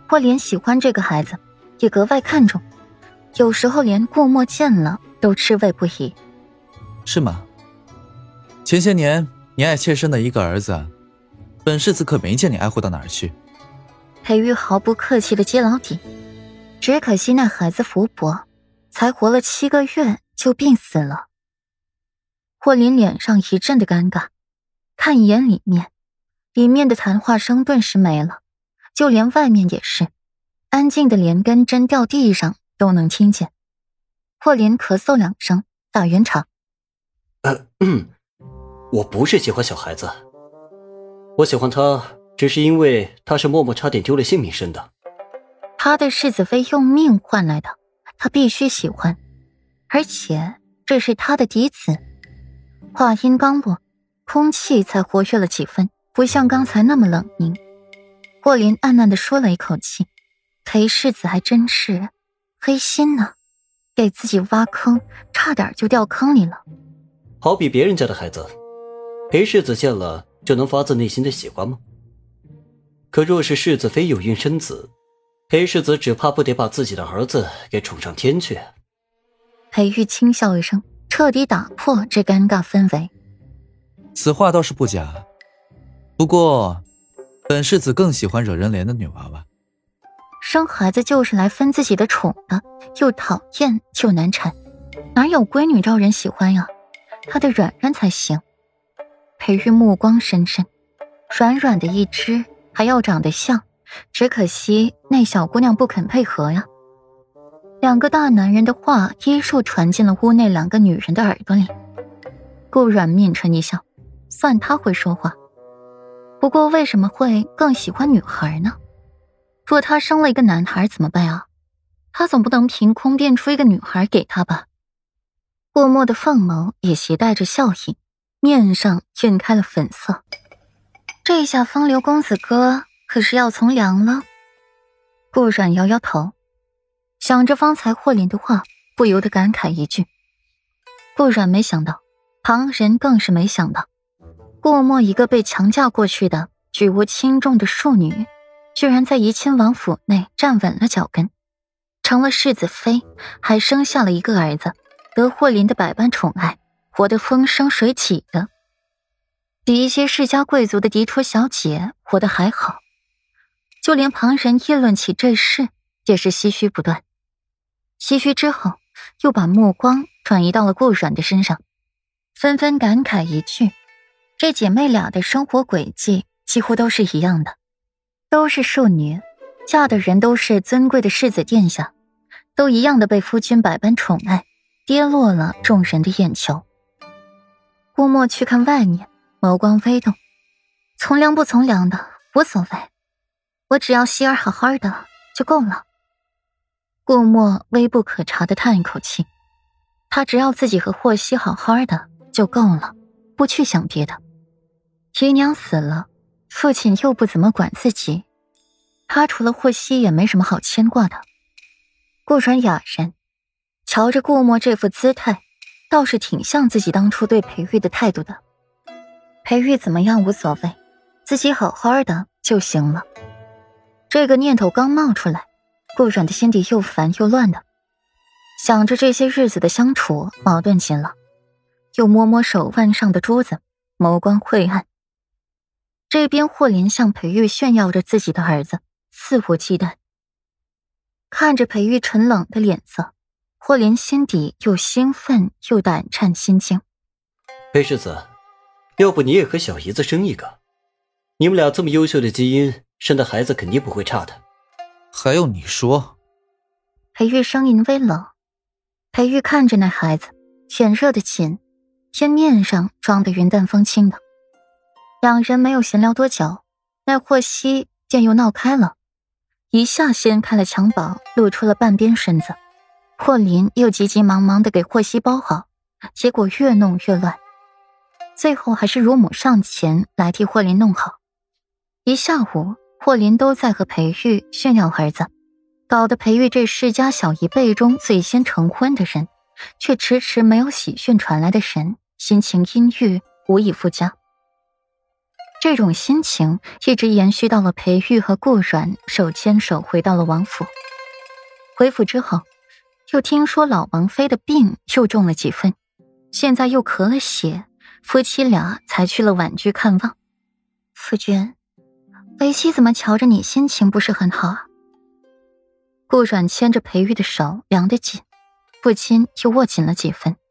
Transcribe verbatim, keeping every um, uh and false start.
霍连喜欢这个孩子，也格外看重，有时候连顾墨见了都吃味不已。 是吗？前些年你爱妾生的一个儿子，本世子可没见你爱护到哪儿去。 裴玉毫不客气地揭老底，只可惜那孩子福薄，才活了七个月就病死了。霍林脸上一阵的尴尬，看一眼里面，里面的谈话声顿时没了，就连外面也是，安静的连根针掉地上都能听见。霍林咳嗽两声，打圆场。 呃，嗯，我不是喜欢小孩子，我喜欢他只是因为他是默默差点丢了性命生的。 他的世子妃用命换来的，他必须喜欢，而且这是他的嫡子。话音刚落，空气才活跃了几分，不像刚才那么冷凝。霍林暗暗地说了一口气，裴世子还真是黑心呢，给自己挖坑，差点就掉坑里了。 好比别人家的孩子，裴世子见了就能发自内心的喜欢吗？可若是世子妃有孕生子，裴世子只怕不得把自己的儿子给宠上天去。 裴玉轻笑一声，彻底打破这尴尬氛围。 此话倒是不假，不过本世子更喜欢惹人怜的女娃娃。 生孩子就是来分自己的宠的，又讨厌又难产，哪有闺女招人喜欢呀？她的软软才行。裴玉目光深深，软软的一只，还要长得像，只可惜那小姑娘不肯配合呀。两个大男人的话依数传进了屋内两个女人的耳朵里。顾软抿唇一笑，算他会说话。不过为什么会更喜欢女孩呢？若他生了一个男孩怎么办啊？他总不能凭空变出一个女孩给他吧？过墨的凤眸也携带着笑意，面上晕开了粉色。这下风流公子哥可是要从良了。顾软摇摇头，想着方才霍林的话，不由得感慨一句。顾软没想到，旁人更是没想到，过墨一个被强嫁过去的举无轻重的庶女，居然在怡亲王府内站稳了脚跟，成了世子妃，还生下了一个儿子，得霍林的百般宠爱，活得风生水起的，比一些世家贵族的嫡出小姐活得还好。就连旁人议论起这事，也是唏嘘不断。唏嘘之后，又把目光转移到了顾软的身上，纷纷感慨一句，这姐妹俩的生活轨迹几乎都是一样的，都是庶女，嫁的人都是尊贵的世子殿下，都一样的被夫君百般宠爱，跌落了众人的眼球。顾墨去看外面，眸光微动，从良不从良的无所谓，我只要希儿好好的就够了。顾墨微不可察地叹一口气，他只要自己和霍希好好的就够了，不去想别的。姨娘死了，父亲又不怎么管自己，他除了霍希也没什么好牵挂的。顾软哑然，瞧着顾墨这副姿态，倒是挺像自己当初对裴玉的态度的。裴玉怎么样无所谓，自己好好的就行了。这个念头刚冒出来，顾软的心底又烦又乱的，想着这些日子的相处矛盾极了，又摸摸手腕上的珠子，眸光晦暗。这边霍林向裴玉炫耀着自己的儿子，肆无忌惮。看着裴玉沉冷的脸色，霍林心底又兴奋又胆颤心惊。 裴世子，要不你也和小姨子生一个，你们俩这么优秀的基因，生的孩子肯定不会差的。 还用你说？ 裴玉声音微冷。裴玉看着那孩子，眼热得紧，偏面上装得云淡风轻的。两人没有闲聊多久，那霍希便又闹开了，一下掀开了襁褓，露出了半边身子。霍林又急急忙忙地给霍希包好，结果越弄越乱，最后还是乳母上前来替霍林弄好。一下午，霍林都在和裴玉炫耀儿子，搞得裴玉这世家小姨辈中最先成婚的人，却迟迟没有喜讯传来的神，心情阴郁，无以复加。 这种心情一直延续到了裴玉和顾阮手牵手回到了王府。回府之后，又听说老王妃的病又重了几分，现在又咳了血，夫妻俩才去了婉居看望。夫君，为妻怎么瞧着你心情不是很好啊？顾阮牵着裴玉的手量得紧，不禁又握紧了几分。